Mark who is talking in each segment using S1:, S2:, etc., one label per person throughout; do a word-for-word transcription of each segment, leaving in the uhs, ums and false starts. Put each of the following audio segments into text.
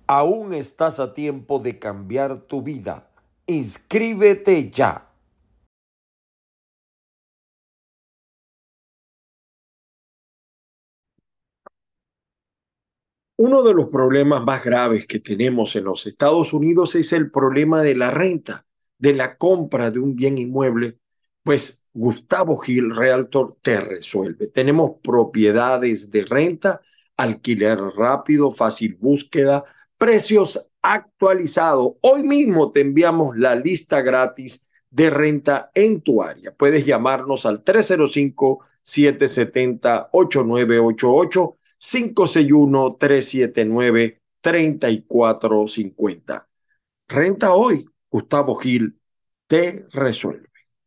S1: Aún estás a tiempo de cambiar tu vida. Inscríbete ya. Uno de los problemas más graves que tenemos en los Estados Unidos es el problema de la renta, de la compra de un bien inmueble. Pues Gustavo Gil Realtor te resuelve. Tenemos propiedades de renta, alquiler rápido, fácil búsqueda, precios actualizados. Hoy mismo te enviamos la lista gratis de renta en tu área. Puedes llamarnos al tres cero cinco, siete siete cero, ocho nueve ocho ocho, cinco seis uno, tres siete nueve, tres cuatro cinco cero. Renta hoy, Gustavo Gil te resuelve.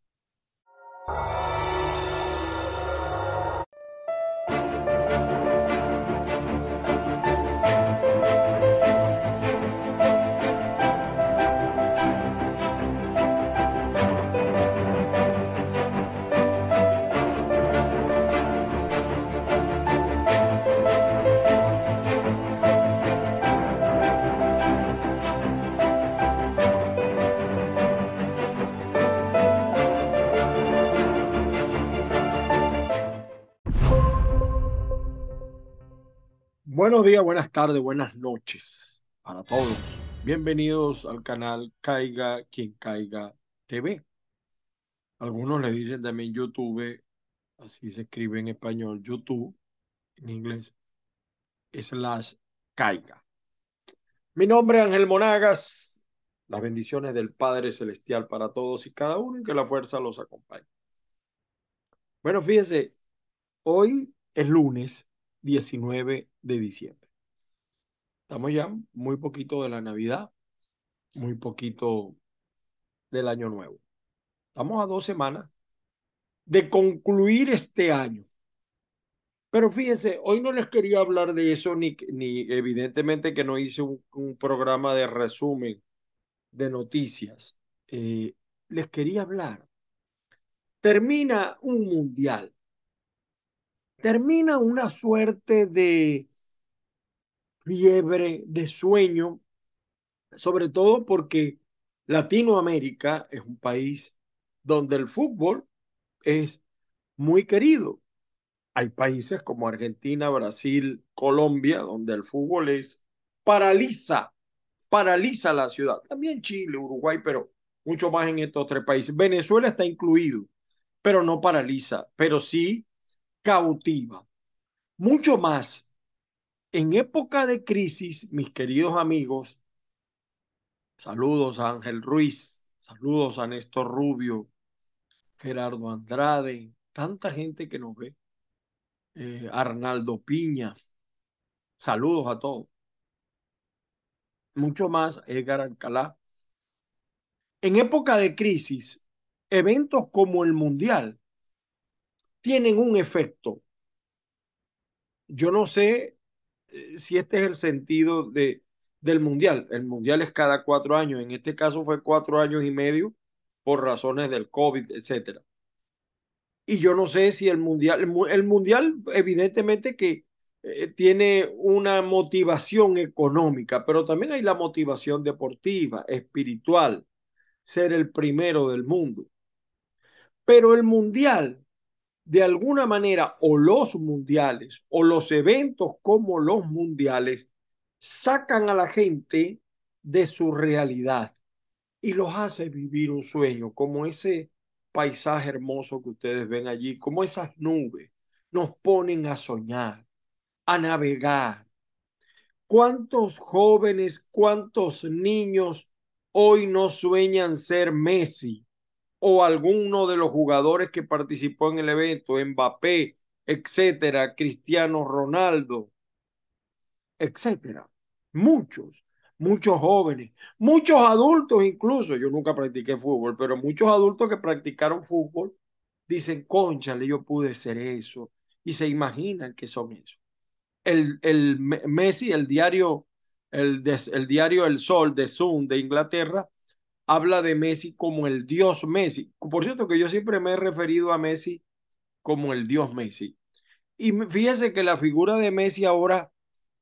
S1: Buenos días, buenas tardes, buenas noches para todos. Bienvenidos al canal Caiga Quien Caiga T V. Algunos le dicen también YouTube, así se escribe en español, YouTube, en inglés, slash Caiga. Mi nombre es Ángel Monagas. Las bendiciones del Padre Celestial para todos y cada uno y que la fuerza los acompañe. Bueno, fíjense, hoy es lunes diecinueve de diciembre. Estamos ya muy poquito de la Navidad, muy poquito del Año Nuevo. Estamos a dos semanas de concluir este año. Pero fíjense, hoy no les quería hablar de eso, ni, ni evidentemente que no hice un, un programa de resumen de noticias. Eh, les quería hablar. Termina un mundial, termina una suerte de fiebre, de sueño, sobre todo porque Latinoamérica es un país donde el fútbol es muy querido. Hay países como Argentina, Brasil, Colombia, donde el fútbol es paraliza, paraliza la ciudad. También Chile, Uruguay, pero mucho más en estos tres países. Venezuela está incluido, pero no paraliza, pero sí cautiva. Mucho más. En época de crisis, mis queridos amigos, saludos a Ángel Ruiz, saludos a Néstor Rubio, Gerardo Andrade, tanta gente que nos ve, eh, Arnaldo Piña, saludos a todos. Mucho más, Edgar Alcalá. En época de crisis, eventos como el Mundial tienen un efecto. Yo no sé eh, si este es el sentido de, del Mundial. El Mundial es cada cuatro años. En este caso fue cuatro años y medio por razones del COVID, etcétera. Y yo no sé si el Mundial, el, el Mundial evidentemente que eh, tiene una motivación económica, pero también hay la motivación deportiva, espiritual, ser el primero del mundo. Pero el mundial, de alguna manera, o los mundiales, o los eventos como los mundiales, sacan a la gente de su realidad y los hace vivir un sueño, como ese paisaje hermoso que ustedes ven allí, como esas nubes, nos ponen a soñar, a navegar. ¿Cuántos jóvenes, cuántos niños hoy no sueñan ser Messi o alguno de los jugadores que participó en el evento, Mbappé, etcétera, Cristiano Ronaldo, etcétera? Muchos, muchos jóvenes, muchos adultos incluso. Yo nunca practiqué fútbol, pero muchos adultos que practicaron fútbol dicen, cónchale, yo pude ser eso. Y se imaginan que son eso. El, el Messi, el diario, el, el diario El Sol de Sun de Inglaterra, habla de Messi como el Dios Messi. Por cierto, que yo siempre me he referido a Messi como el Dios Messi. Y fíjese que la figura de Messi ahora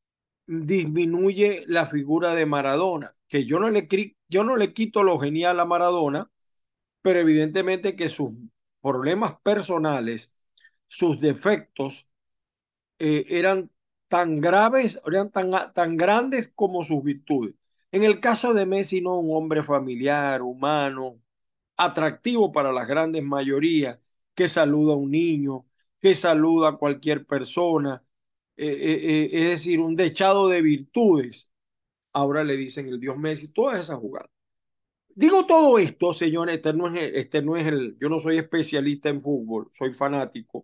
S1: disminuye la figura de Maradona, que yo no le, yo no le quito lo genial a Maradona, pero evidentemente que sus problemas personales, sus defectos, eh, eran tan graves, eran tan, tan grandes como sus virtudes. En el caso de Messi, no, un hombre familiar, humano, atractivo para las grandes mayorías, que saluda a un niño, que saluda a cualquier persona, eh, eh, eh, es decir, un dechado de virtudes. Ahora le dicen el Dios Messi, todas esas jugadas. Digo todo esto, señores, este no es el, este no es el, yo no soy especialista en fútbol, soy fanático,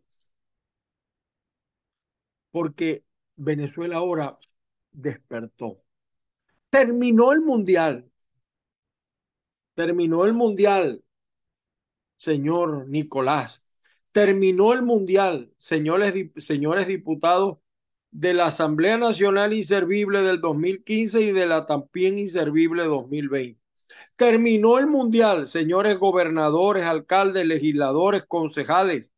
S1: porque Venezuela ahora despertó. Terminó el mundial, terminó el mundial, señor Nicolás. Terminó el mundial, señores, señores diputados de la Asamblea Nacional Inservible del dos mil quince y de la también inservible dos mil veinte. Terminó el mundial, señores gobernadores, alcaldes, legisladores, concejales,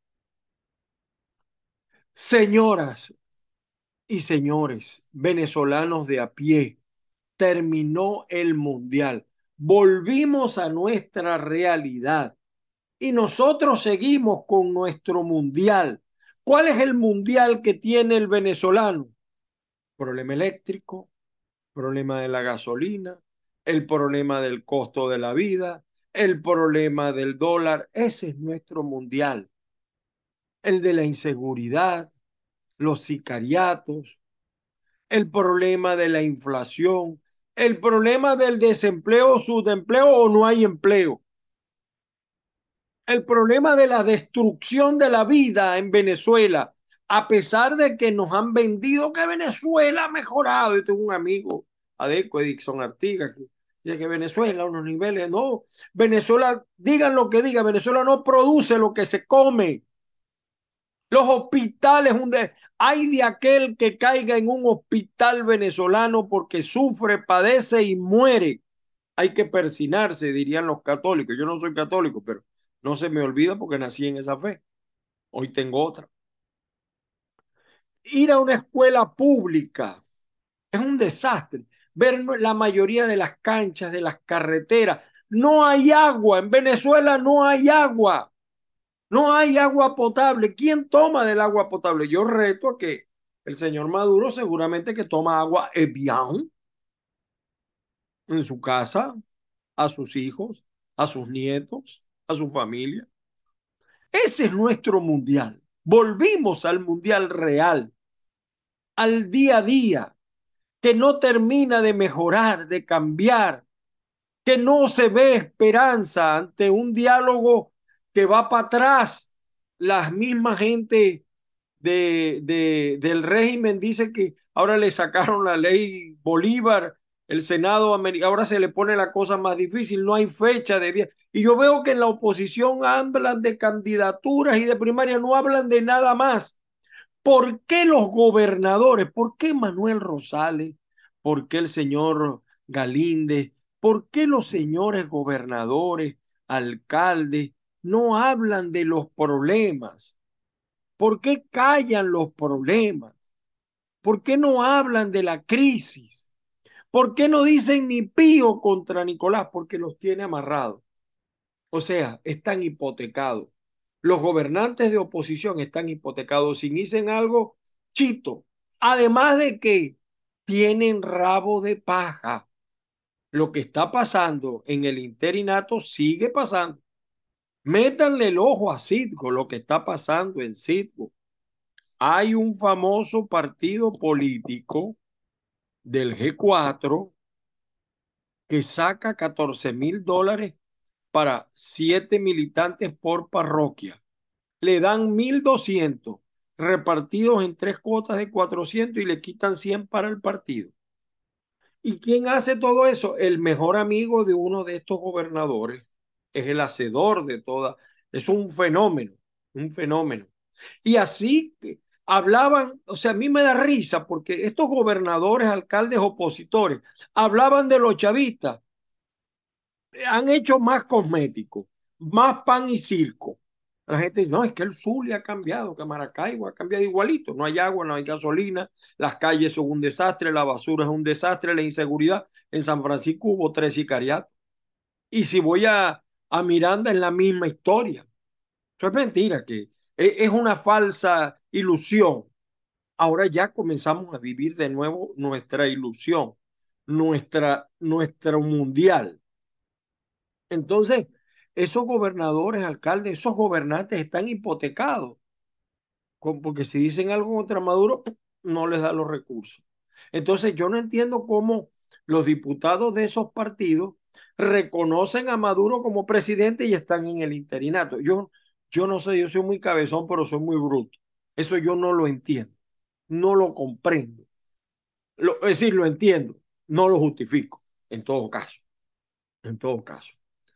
S1: señoras y señores venezolanos de a pie. Terminó el mundial. Volvimos a nuestra realidad y nosotros seguimos con nuestro mundial. ¿Cuál es el mundial que tiene el venezolano? Problema eléctrico, problema de la gasolina, el problema del costo de la vida, el problema del dólar. Ese es nuestro mundial. El de la inseguridad, los sicariatos, el problema de la inflación, el problema del desempleo, subempleo o no hay empleo, el problema de la destrucción de la vida en Venezuela, a pesar de que nos han vendido que Venezuela ha mejorado. Yo tengo un amigo, Adeco Edixon Artigas, que dice que Venezuela a unos niveles, no, Venezuela, digan lo que digan, Venezuela no produce lo que se come. Los hospitales, un de, hay de aquel que caiga en un hospital venezolano porque sufre, padece y muere. Hay que persinarse, dirían los católicos. Yo no soy católico, pero no se me olvida porque nací en esa fe. Hoy tengo otra. Ir a una escuela pública es un desastre. Ver la mayoría de las canchas, de las carreteras. No hay agua. En Venezuela no hay agua. No hay agua potable. ¿Quién toma del agua potable? Yo reto a que el señor Maduro seguramente que toma agua Evian en su casa, a sus hijos, a sus nietos, a su familia. Ese es nuestro mundial. Volvimos al mundial real, al día a día, que no termina de mejorar, de cambiar, que no se ve esperanza ante un diálogo que va para atrás. La misma gente de, de, del régimen dice que ahora le sacaron la ley Bolívar, el Senado americano, ahora se le pone la cosa más difícil, no hay fecha de día. Y yo veo que en la oposición hablan de candidaturas y de primaria, no hablan de nada más. ¿Por qué los gobernadores? ¿Por qué Manuel Rosales? ¿Por qué el señor Galíndez? ¿Por qué los señores gobernadores, alcaldes, no hablan de los problemas? ¿Por qué callan los problemas? ¿Por qué no hablan de la crisis? ¿Por qué no dicen ni pío contra Nicolás? Porque los tiene amarrados. O sea, están hipotecados. Los gobernantes de oposición están hipotecados. Si dicen algo, chito. Además de que tienen rabo de paja. Lo que está pasando en el interinato sigue pasando. Métanle el ojo a Citgo, lo que está pasando en Citgo. Hay un famoso partido político del G cuatro que saca catorce mil dólares para siete militantes por parroquia. Le dan mil doscientos repartidos en tres cuotas de cuatrocientos y le quitan cien para el partido. ¿Y quién hace todo eso? El mejor amigo de uno de estos gobernadores. Es el hacedor de toda. Es un fenómeno, un fenómeno. Y así hablaban, o sea, a mí me da risa porque estos gobernadores, alcaldes, opositores, hablaban de los chavistas, han hecho más cosméticos, más pan y circo. La gente dice, no, es que el Zulia ha cambiado, que Maracaibo ha cambiado igualito. No hay agua, no hay gasolina, las calles son un desastre, la basura es un desastre, la inseguridad. En San Francisco hubo tres sicariatos. Y si voy a, a Miranda, es la misma historia. Eso es mentira, que es, es una falsa ilusión. Ahora ya comenzamos a vivir de nuevo nuestra ilusión, nuestra, nuestro mundial. Entonces, esos gobernadores, alcaldes, esos gobernantes están hipotecados, con- porque si dicen algo contra Maduro, no les da los recursos. Entonces, yo no entiendo cómo los diputados de esos partidos reconocen a Maduro como presidente y están en el interinato. Yo, yo no sé, yo soy muy cabezón, pero soy muy bruto. Eso yo no lo entiendo, no lo comprendo. Lo, es decir, lo entiendo, no lo justifico, en todo caso, en todo caso.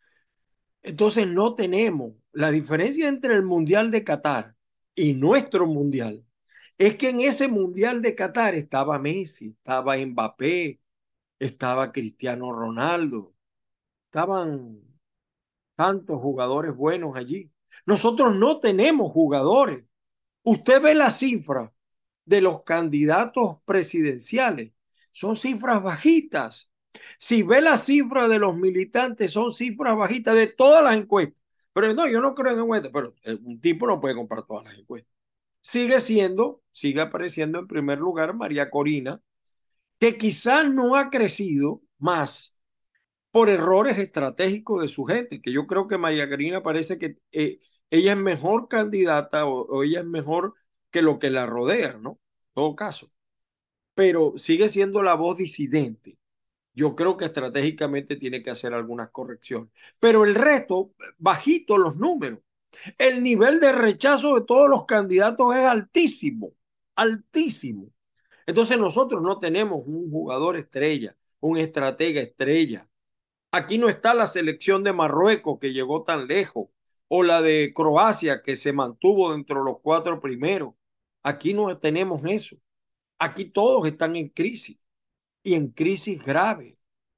S1: Entonces no tenemos la diferencia entre el Mundial de Qatar y nuestro Mundial. Es que en ese Mundial de Qatar estaba Messi, estaba Mbappé, estaba Cristiano Ronaldo, estaban tantos jugadores buenos allí. Nosotros no tenemos jugadores. Usted ve la cifra de los candidatos presidenciales, son cifras bajitas. Si ve la cifra de los militantes, son cifras bajitas de todas las encuestas. Pero no, yo no creo en encuestas, pero un tipo no puede comprar todas las encuestas. Sigue siendo, sigue apareciendo en primer lugar María Corina, que quizás no ha crecido más por errores estratégicos de su gente, que yo creo que María Corina parece que eh, ella es mejor candidata o, o ella es mejor que lo que la rodea, ¿no? En todo caso, pero sigue siendo la voz disidente. Yo creo que estratégicamente tiene que hacer algunas correcciones, pero el resto, bajito los números. El nivel de rechazo de todos los candidatos es altísimo, altísimo. Entonces nosotros no tenemos un jugador estrella, un estratega estrella. Aquí no está la selección de Marruecos que llegó tan lejos, o la de Croacia que se mantuvo dentro de los cuatro primeros. Aquí no tenemos eso. Aquí todos están en crisis y en crisis grave.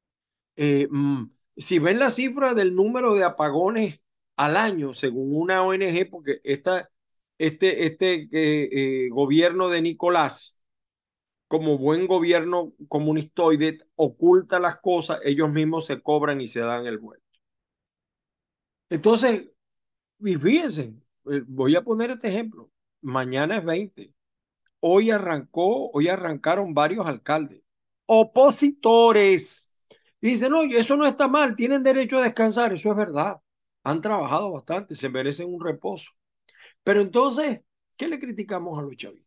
S1: Eh, mm, si ven la cifra del número de apagones al año, según una O N G, porque esta, este, este eh, eh, gobierno de Nicolás, como buen gobierno comunistoide, oculta las cosas, ellos mismos se cobran y se dan el vuelo. Entonces, y fíjense, eh, voy a poner este ejemplo. Mañana es veinte. Hoy arrancó, hoy arrancaron varios alcaldes, opositores. Y dicen, no, eso no está mal, tienen derecho a descansar. Eso es verdad. Han trabajado bastante, se merecen un reposo. Pero entonces, ¿qué le criticamos a los chavistas?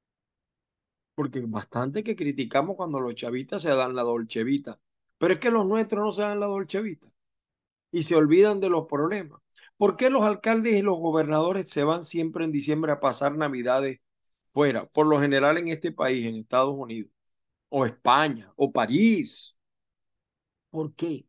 S1: Porque bastante que criticamos cuando los chavistas se dan la dolchevita. Pero es que los nuestros no se dan la dolchevita y se olvidan de los problemas. ¿Por qué los alcaldes y los gobernadores se van siempre en diciembre a pasar Navidades fuera? Por lo general en este país, en Estados Unidos, o España, o París. ¿Por qué?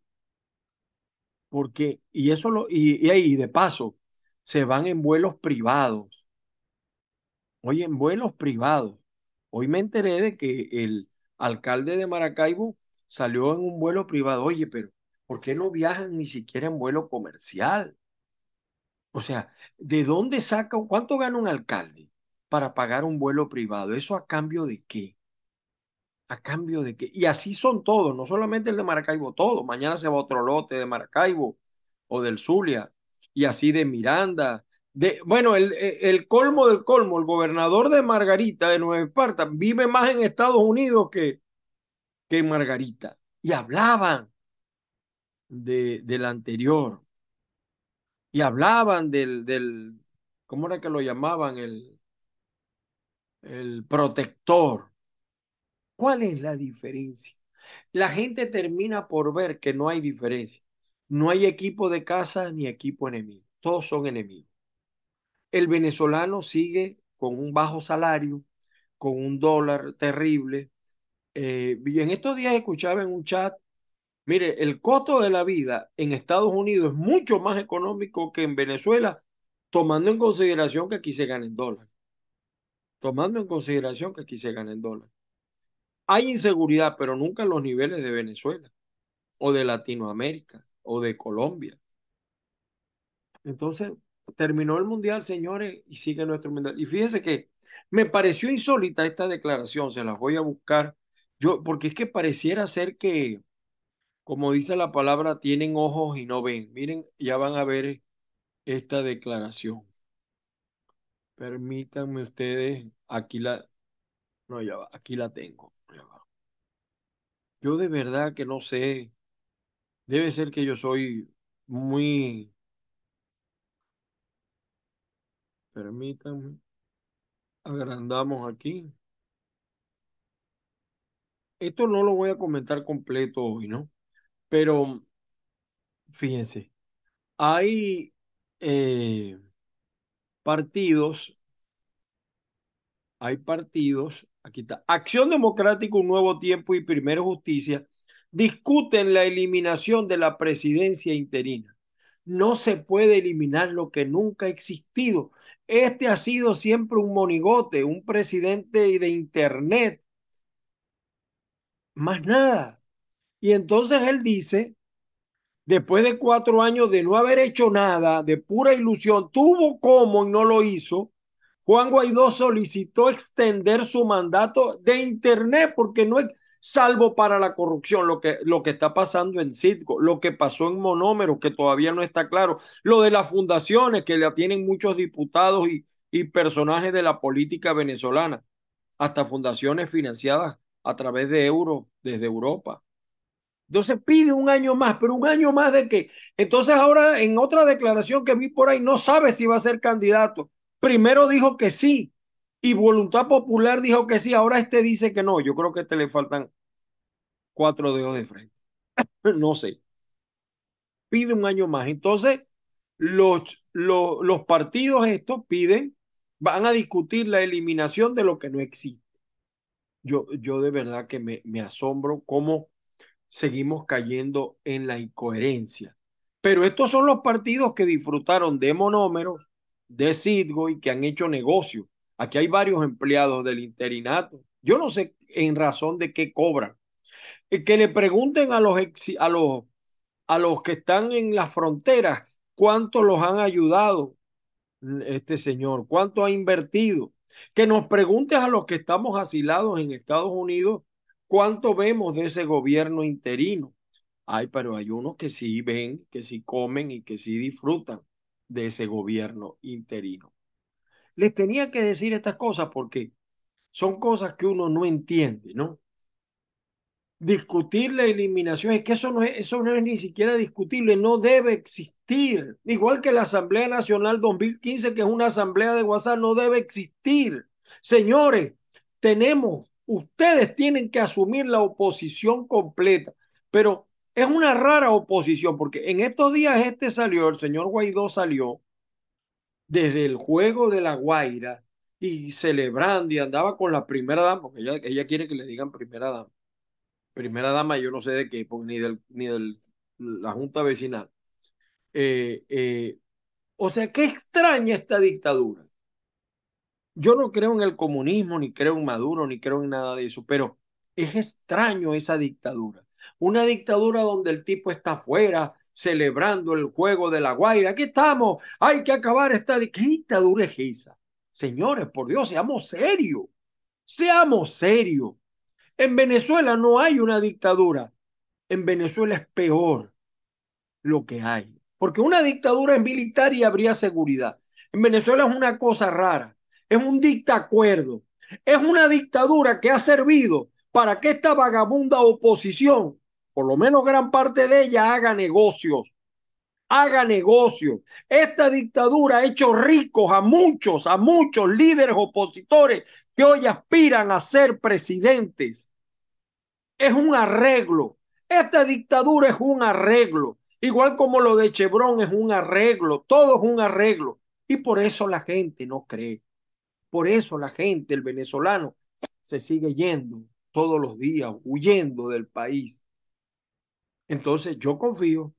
S1: Porque, y eso lo, y, y, y de paso, se van en vuelos privados. Oye, en vuelos privados. Hoy me enteré de que el alcalde de Maracaibo salió en un vuelo privado. Oye, pero ¿por qué no viajan ni siquiera en vuelo comercial? O sea, ¿de dónde saca, cuánto gana un alcalde para pagar un vuelo privado? ¿Eso a cambio de qué? ¿A cambio de qué? Y así son todos, no solamente el de Maracaibo, todo. Mañana se va otro lote de Maracaibo o del Zulia, y así de Miranda. De, bueno, el, el colmo del colmo, el gobernador de Margarita, de Nueva Esparta, vive más en Estados Unidos que, que en Margarita. Y hablaban de, del anterior, y hablaban del, del, ¿cómo era que lo llamaban? El, el protector. ¿Cuál es la diferencia? La gente termina por ver que no hay diferencia. No hay equipo de casa ni equipo enemigo. Todos son enemigos. El venezolano sigue con un bajo salario, con un dólar terrible. Eh, y en estos días escuchaba en un chat, mire, el costo de la vida en Estados Unidos es mucho más económico que en Venezuela, tomando en consideración que aquí se gana en dólar. Tomando en consideración que aquí se gana en dólar. Hay inseguridad, pero nunca en los niveles de Venezuela, o de Latinoamérica, o de Colombia. Entonces, terminó el mundial, señores, y sigue nuestro mundial. Y fíjense que me pareció insólita esta declaración, se las voy a buscar. Yo, porque es que pareciera ser que, como dice la palabra, tienen ojos y no ven. Miren, ya van a ver esta declaración. Permítanme ustedes, aquí la, no, ya va, aquí la tengo. Ya va. Yo de verdad que no sé, debe ser que yo soy muy, permítanme, agrandamos aquí. Esto no lo voy a comentar completo hoy, ¿no? Pero fíjense, hay eh, partidos, hay partidos, aquí está, Acción Democrática, Un Nuevo Tiempo y Primero Justicia, discuten la eliminación de la presidencia interina. No se puede eliminar lo que nunca ha existido. Este ha sido siempre un monigote, un presidente de Internet, más nada. Y entonces él dice, después de cuatro años de no haber hecho nada, de pura ilusión, tuvo como y no lo hizo. Juan Guaidó solicitó extender su mandato de Internet porque no es salvo para la corrupción, lo que, lo que está pasando en Citgo, lo que pasó en Monómero, que todavía no está claro, lo de las fundaciones que la tienen muchos diputados y, y personajes de la política venezolana, hasta fundaciones financiadas a través de euros desde Europa. Entonces pide un año más, pero un año más de qué. Entonces ahora en otra declaración que vi por ahí no sabe si va a ser candidato. Primero dijo que sí y Voluntad Popular dijo que sí. Ahora este dice que no. Yo creo que a este le faltan cuatro dedos de frente. No sé. Pide un año más. Entonces los, los, los partidos estos piden, van a discutir la eliminación de lo que no existe. Yo, yo de verdad que me, me asombro cómo seguimos cayendo en la incoherencia. Pero estos son los partidos que disfrutaron de monómeros, de Citgo y que han hecho negocio. Aquí hay varios empleados del interinato. Yo no sé en razón de qué cobran. Y que le pregunten a los, a los, a los que están en las fronteras cuánto los han ayudado este señor, cuánto ha invertido. Que nos preguntes a los que estamos asilados en Estados Unidos cuánto vemos de ese gobierno interino. Ay, pero hay unos que sí ven, que sí comen y que sí disfrutan de ese gobierno interino. Les tenía que decir estas cosas porque son cosas que uno no entiende, ¿no? Discutir la eliminación, es que eso no es, eso no es ni siquiera discutible, no debe existir. Igual que la Asamblea Nacional dos mil quince, que es una asamblea de WhatsApp, no debe existir. Señores, tenemos, ustedes tienen que asumir la oposición completa, pero es una rara oposición, porque en estos días este salió, el señor Guaidó salió desde el juego de La Guaira y celebrando y andaba con la primera dama, porque ella, ella quiere que le digan primera dama primera dama, yo no sé de qué, porque ni del, ni de la Junta Vecinal. Eh, eh, o sea, qué extraña esta dictadura. Yo no creo en el comunismo, ni creo en Maduro, ni creo en nada de eso, pero es extraño esa dictadura. Una dictadura donde el tipo está afuera celebrando el juego de la Guaira. Aquí estamos, hay que acabar esta. ¿Qué dictadura es esa? Señores, por Dios, seamos serios. Seamos serios. En Venezuela no hay una dictadura. En Venezuela es peor lo que hay. Porque una dictadura es militar y habría seguridad. En Venezuela es una cosa rara. Es un dictacuerdo. Es una dictadura que ha servido para que esta vagabunda oposición, por lo menos gran parte de ella, haga negocios. Haga negocios. Esta dictadura ha hecho ricos a muchos, a muchos líderes opositores que hoy aspiran a ser presidentes. Es un arreglo. Esta dictadura es un arreglo. Igual como lo de Chevron es un arreglo. Todo es un arreglo. Y por eso la gente no cree. Por eso la gente, el venezolano, se sigue yendo todos los días, huyendo del país. Entonces yo confío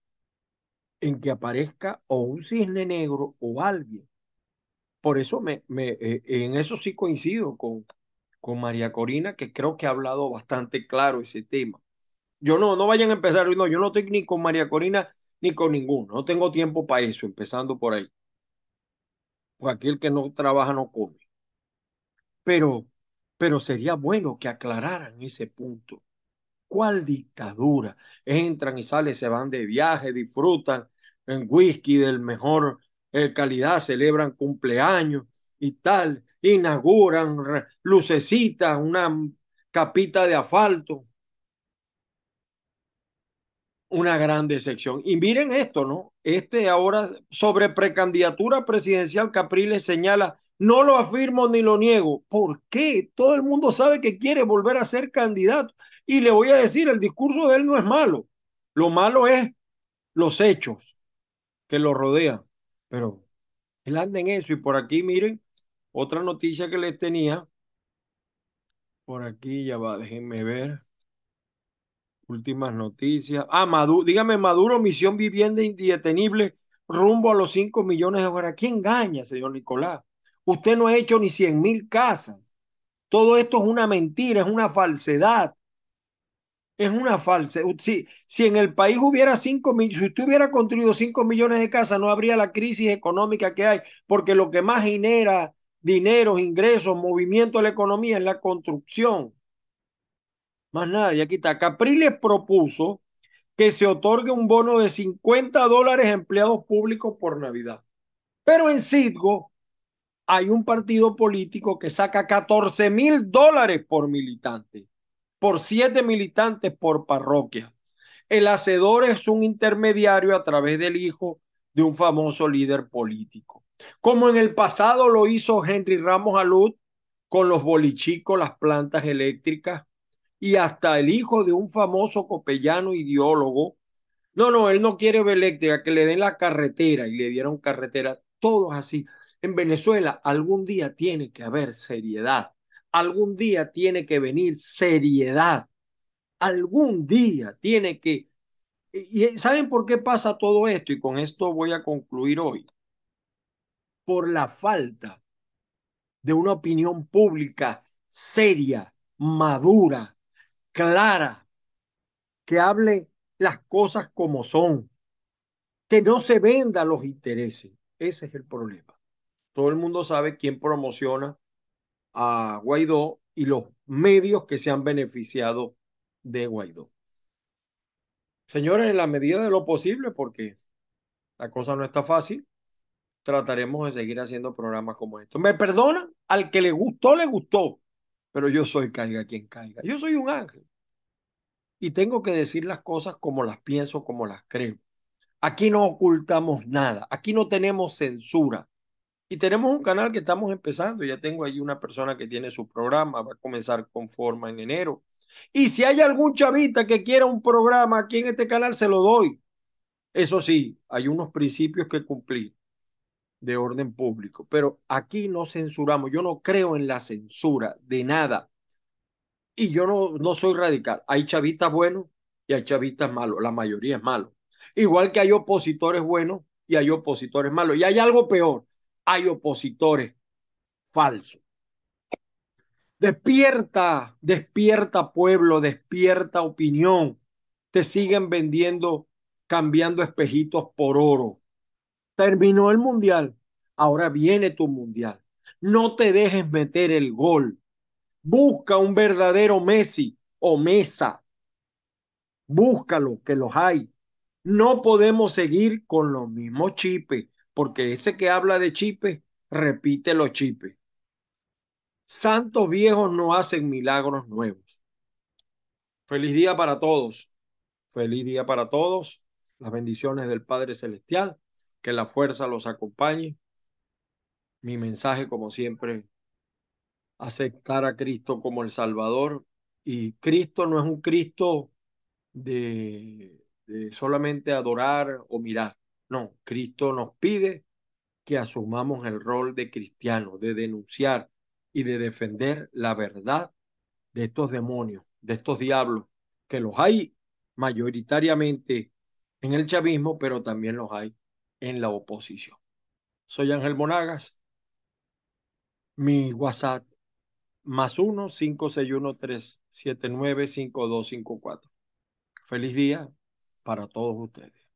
S1: en que aparezca o un cisne negro o alguien. Por eso me, me eh, en eso sí coincido con, con María Corina, que creo que ha hablado bastante claro ese tema. Yo no, no vayan a empezar, no, yo no estoy ni con María Corina ni con ninguno, no tengo tiempo para eso, empezando por ahí. o aquel que no trabaja no come. Pero, pero sería bueno que aclararan ese punto. ¿Cuál dictadura? Entran y salen, se van de viaje, disfrutan en whisky del mejor eh, calidad, celebran cumpleaños y tal, inauguran lucecitas, una capita de asfalto, una gran decepción. Y miren esto, ¿no? Este ahora sobre precandidatura presidencial, Capriles señala, no lo afirmo ni lo niego. ¿Por qué? Todo el mundo sabe que quiere volver a ser candidato. Y le voy a decir, el discurso de él no es malo. Lo malo es los hechos que lo rodean. Pero él anda en eso. Y por aquí, miren, otra noticia que les tenía. Por aquí ya va, déjenme ver. Últimas noticias. Ah, Maduro, dígame, Maduro, misión vivienda indetenible rumbo a los cinco millones de dólares. ¿Quién engaña, señor Nicolás? Usted no ha hecho ni cien mil casas. Todo esto es una mentira, es una falsedad. Es una falsedad. Si, si en el país hubiera cinco millones, si usted hubiera construido cinco millones de casas, no habría la crisis económica que hay, porque lo que más genera dinero, ingresos, movimiento de la economía es la construcción. Más nada, y aquí está. Capriles propuso que se otorgue un bono de cincuenta dólares a empleados públicos por Navidad. Pero en Citgo hay un partido político que saca catorce mil dólares por militante, por siete militantes por parroquia. El hacedor es un intermediario a través del hijo de un famoso líder político. Como en el pasado lo hizo Henry Ramos Alud con los bolichicos, las plantas eléctricas y hasta el hijo de un famoso copellano ideólogo. No, no, él no quiere eléctrica, que le den la carretera y le dieron carretera, todos así. En Venezuela algún día tiene que haber seriedad, algún día tiene que venir seriedad, algún día tiene que... ¿Y saben por qué pasa todo esto? Y con esto voy a concluir hoy. Por la falta de una opinión pública seria, madura, clara, que hable las cosas como son, que no se venda los intereses. Ese es el problema. Todo el mundo sabe quién promociona a Guaidó y los medios que se han beneficiado de Guaidó. Señores, en la medida de lo posible, porque la cosa no está fácil, trataremos de seguir haciendo programas como estos. Me perdonan, al que le gustó, le gustó, pero yo soy caiga quien caiga. Yo soy un ángel y tengo que decir las cosas como las pienso, como las creo. Aquí no ocultamos nada, aquí no tenemos censura. Y tenemos un canal que estamos empezando. Ya tengo ahí una persona que tiene su programa, va a comenzar con forma en enero. Y si hay algún chavita que quiera un programa aquí en este canal, se lo doy. Eso sí, hay unos principios que cumplir de orden público, pero aquí no censuramos. Yo no creo en la censura de nada. Y yo no, no soy radical. Hay chavistas buenos y hay chavistas malos. La mayoría es malo. Igual que hay opositores buenos y hay opositores malos. Y hay algo peor. Hay opositores falsos. Despierta, despierta pueblo, despierta opinión. Te siguen vendiendo, cambiando espejitos por oro. Terminó el mundial. Ahora viene tu mundial. No te dejes meter el gol. Busca un verdadero Messi o Mesa. Búscalo, que los hay. No podemos seguir con los mismos chipes, porque ese que habla de chipes, repite los chipes. Santos viejos no hacen milagros nuevos. Feliz día para todos. Feliz día para todos. Las bendiciones del Padre Celestial. Que la fuerza los acompañe. Mi mensaje, como siempre, aceptar a Cristo como el Salvador. Y Cristo no es un Cristo de, de solamente adorar o mirar. No, Cristo nos pide que asumamos el rol de cristiano, de denunciar y de defender la verdad de estos demonios, de estos diablos, que los hay mayoritariamente en el chavismo, pero también los hay en la oposición. Soy Ángel Monagas, mi WhatsApp más uno cinco seis uno tres siete nueve cinco dos cinco cuatro. Feliz día para todos ustedes.